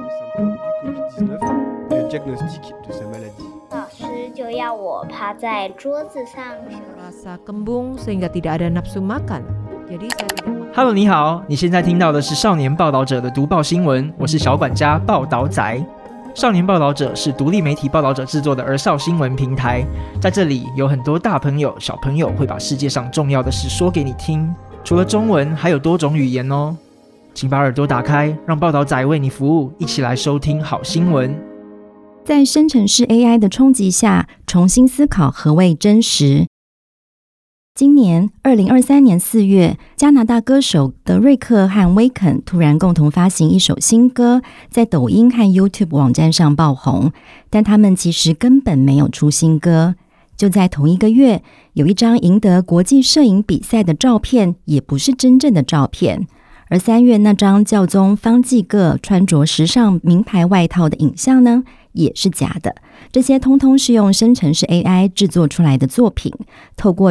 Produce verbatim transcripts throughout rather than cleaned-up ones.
老师就要我趴在桌子上休息。 Rasa kembung sehingga tidak ada nafsu makan. Jadi saya tidak makan. Hello， 你好，你现在听到的是少年报道者的读报新闻，我是小管家报道仔。少年报道者是独立媒体报道者制作的儿少新闻平台，在这里有很多大朋友小朋友会把世界上重要的事说给你听，除了中文还有多种语言哦。请把耳朵打开，让报道仔为你服务，一起来收听好新闻。 在生成式 A I 的冲击下，重新思考何谓真实。今年二零二三年四月，加拿大歌手德瑞克和威肯突然共同发行一首新歌，在抖音和 YouTube 网站上爆红，但他们其实根本没有出新歌。就在同一个月，有一张赢得国际摄影比赛的照片也不是真正的照片，而三月那张教宗方济各穿着时尚名牌外套的影像呢，也是假的。这些通通是用生成式 A I 制作出来的作品，透过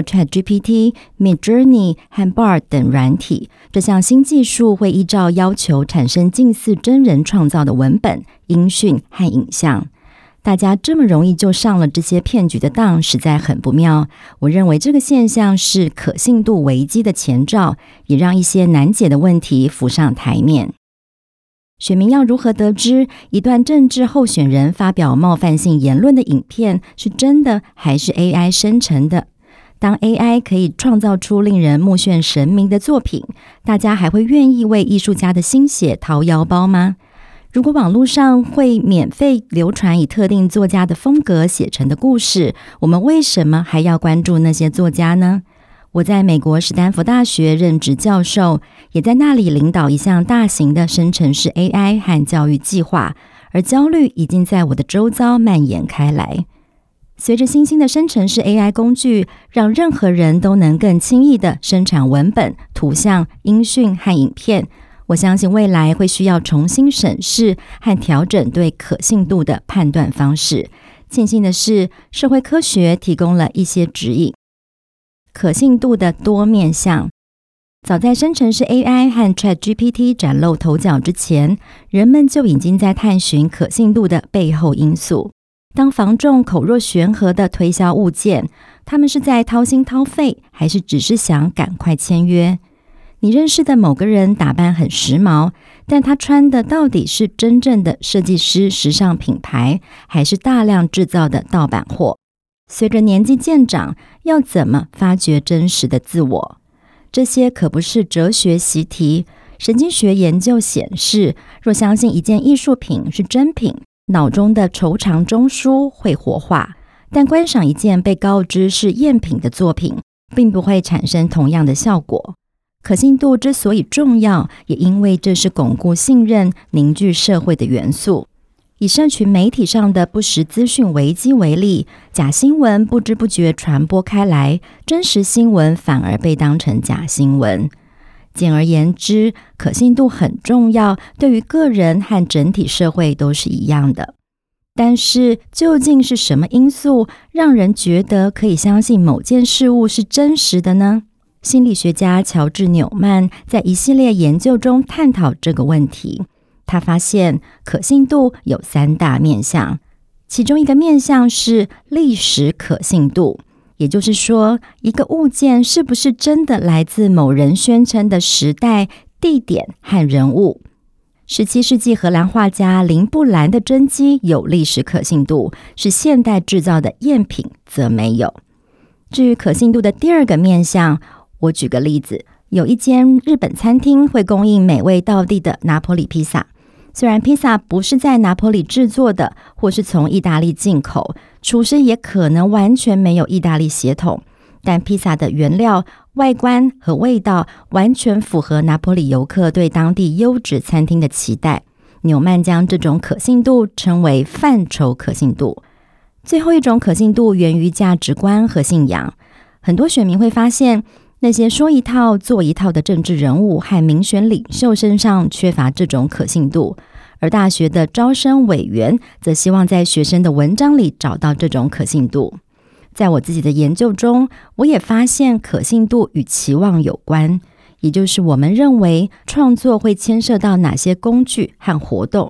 ChatGPT、Midjourney 和 Bard 等软体，这项新技术会依照要求产生近似真人创造的文本、音讯和影像。大家这么容易就上了这些骗局的当，实在很不妙。我认为这个现象是可信度危机的前兆，也让一些难解的问题浮上台面。选民要如何得知一段政治候选人发表冒犯性言论的影片是真的还是 A I 生成的？当 A I 可以创造出令人目眩神迷的作品，大家还会愿意为艺术家的心血掏腰包吗？如果网络上会免费流传以特定作家的风格写成的故事，我们为什么还要关注那些作家呢？我在美国史丹福大学任职教授，也在那里领导一项大型的生成式 A I 和教育计划，而焦虑已经在我的周遭蔓延开来。随着新兴的生成式 A I 工具，让任何人都能更轻易地生产文本、图像、音讯和影片，我相信未来会需要重新审视和调整对可信度的判断方式。庆幸的是，社会科学提供了一些指引。可信度的多面向，早在生成式 A I 和 ChatGPT 崭露头角之前，人们就已经在探寻可信度的背后因素。当房仲口若悬河的推销物件，他们是在掏心掏肺，还是只是想赶快签约？你认识的某个人打扮很时髦，但他穿的到底是真正的设计师时尚品牌，还是大量制造的盗版货？随着年纪渐长，要怎么发掘真实的自我？这些可不是哲学习题。神经学研究显示，若相信一件艺术品是真品，脑中的愁肠中枢会活化，但观赏一件被告知是赝品的作品，并不会产生同样的效果。可信度之所以重要，也因为这是巩固信任、凝聚社会的元素。以社群媒体上的不实资讯危机为例，假新闻不知不觉传播开来，真实新闻反而被当成假新闻。简而言之，可信度很重要，对于个人和整体社会都是一样的。但是，究竟是什么因素让人觉得可以相信某件事物是真实的呢？心理学家乔治·纽曼在一系列研究中探讨这个问题。他发现可信度有三大面向，其中一个面向是历史可信度，也就是说，一个物件是不是真的来自某人宣称的时代、地点和人物。十七世纪荷兰画家林布兰的真迹有历史可信度，是现代制造的赝品则没有。至于可信度的第二个面向，我举个例子，有一间日本餐厅会供应美味道地的拿坡里披萨。虽然披萨不是在拿坡里制作的，或是从意大利进口，厨师也可能完全没有意大利血统，但披萨的原料、外观和味道完全符合拿坡里游客对当地优质餐厅的期待。纽曼将这种可信度称为范畴可信度。最后一种可信度源于价值观和信仰。很多选民会发现，那些说一套做一套的政治人物和民选领袖身上缺乏这种可信度，而大学的招生委员则希望在学生的文章里找到这种可信度。在我自己的研究中，我也发现可信度与期望有关，也就是我们认为创作会牵涉到哪些工具和活动。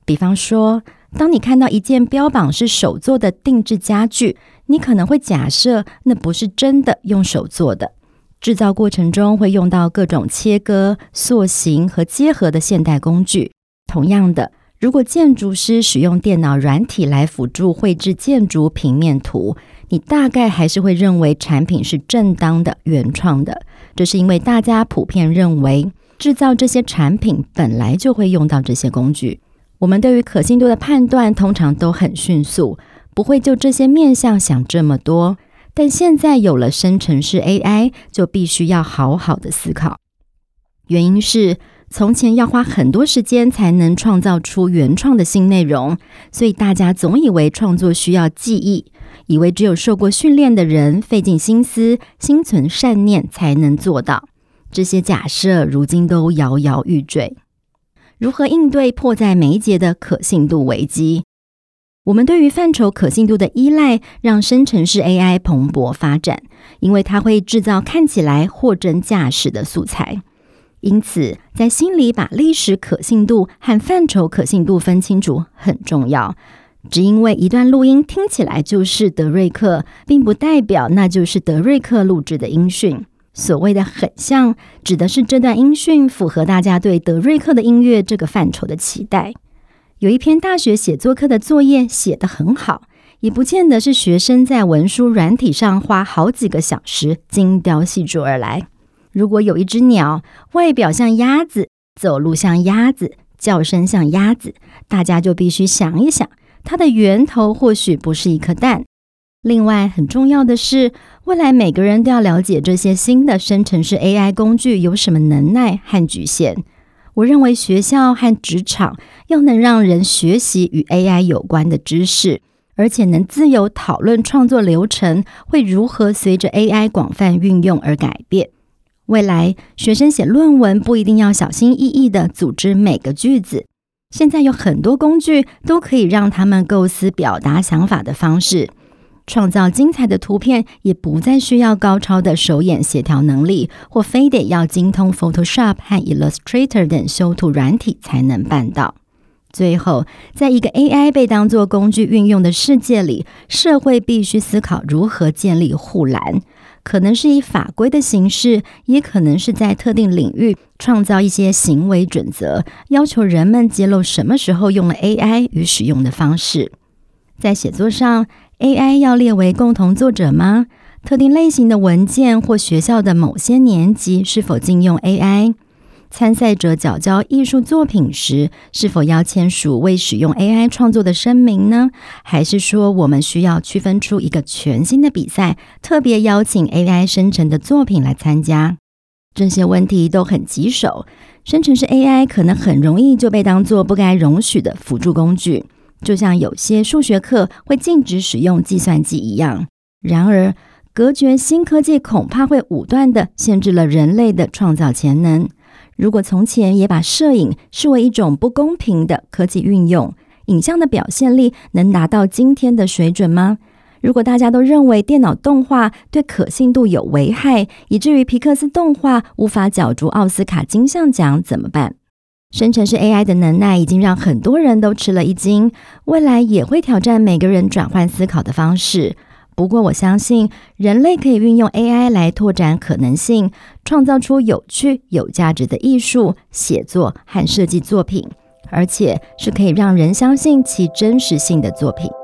比方说，当你看到一件标榜是手做的定制家具，你可能会假设那不是真的用手做的。制造过程中会用到各种切割、塑形和结合的现代工具。同样的，如果建筑师使用电脑软体来辅助绘制建筑平面图，你大概还是会认为产品是正当的、原创的。这是因为大家普遍认为，制造这些产品本来就会用到这些工具。我们对于可信度的判断通常都很迅速，不会就这些面向想这么多。但现在有了生成式 A I， 就必须要好好的思考。原因是，从前要花很多时间才能创造出原创的新内容，所以大家总以为创作需要记忆，以为只有受过训练的人费尽心思、心存善念才能做到。这些假设如今都摇摇欲坠。如何应对迫在眉睫的可信度危机？我们对于范畴可信度的依赖，让生成式 A I 蓬勃发展，因为它会制造看起来货真价实的素材。因此，在心里把历史可信度和范畴可信度分清楚很重要。只因为一段录音听起来就是德瑞克，并不代表那就是德瑞克录制的音讯。所谓的很像，指的是这段音讯符合大家对德瑞克的音乐这个范畴的期待。有一篇大学写作课的作业写得很好，也不见得是学生在文书软体上花好几个小时精雕细琢而来。如果有一只鸟，外表像鸭子，走路像鸭子，叫声像鸭子，大家就必须想一想，它的源头或许不是一颗蛋。另外，很重要的是，未来每个人都要了解这些新的生成式 A I 工具有什么能耐和局限。我认为学校和职场要能让人学习与 A I 有关的知识，而且能自由讨论创作流程会如何随着 A I 广泛运用而改变。未来，学生写论文不一定要小心翼翼地组织每个句子，现在有很多工具都可以让他们构思表达想法的方式。创造精彩的图片也不再需要高超的手眼协调能力，或非得要精通 Photoshop 和 Illustrator 等修图软体才能办到。最后，在一个 A I 被当作工具运用的世界里，社会必须思考如何建立护栏，可能是以法规的形式，也可能是在特定领域创造一些行为准则，要求人们揭露什么时候用了 A I 与使用的方式。在写作上， A I 要列为共同作者吗？特定类型的文件或学校的某些年级是否禁用 A I？ 参赛者缴交艺术作品时，是否要签署为使用 A I 创作的声明呢？还是说我们需要区分出一个全新的比赛，特别邀请 A I 生成的作品来参加？这些问题都很棘手，生成式 A I 可能很容易就被当作不该容许的辅助工具，就像有些数学课会禁止使用计算机一样。然而，隔绝新科技恐怕会武断地限制了人类的创造潜能。如果从前也把摄影视为一种不公平的科技运用，影像的表现力能达到今天的水准吗？如果大家都认为电脑动画对可信度有危害，以至于皮克斯动画无法角逐奥斯卡金像奖，怎么办？生成式 A I 的能耐已经让很多人都吃了一惊，未来也会挑战每个人转换思考的方式。不过我相信，人类可以运用 A I 来拓展可能性，创造出有趣、有价值的艺术、写作和设计作品，而且是可以让人相信其真实性的作品。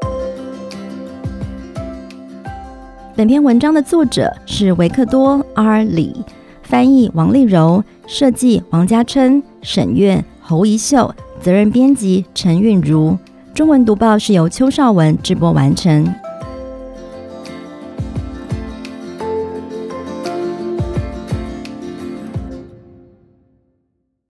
本篇文章的作者是维克多 R 李，翻译王丽柔，设计王家琛，审阅侯怡秀，责任编辑陈韵如。中文读报是由邱绍文制播完成。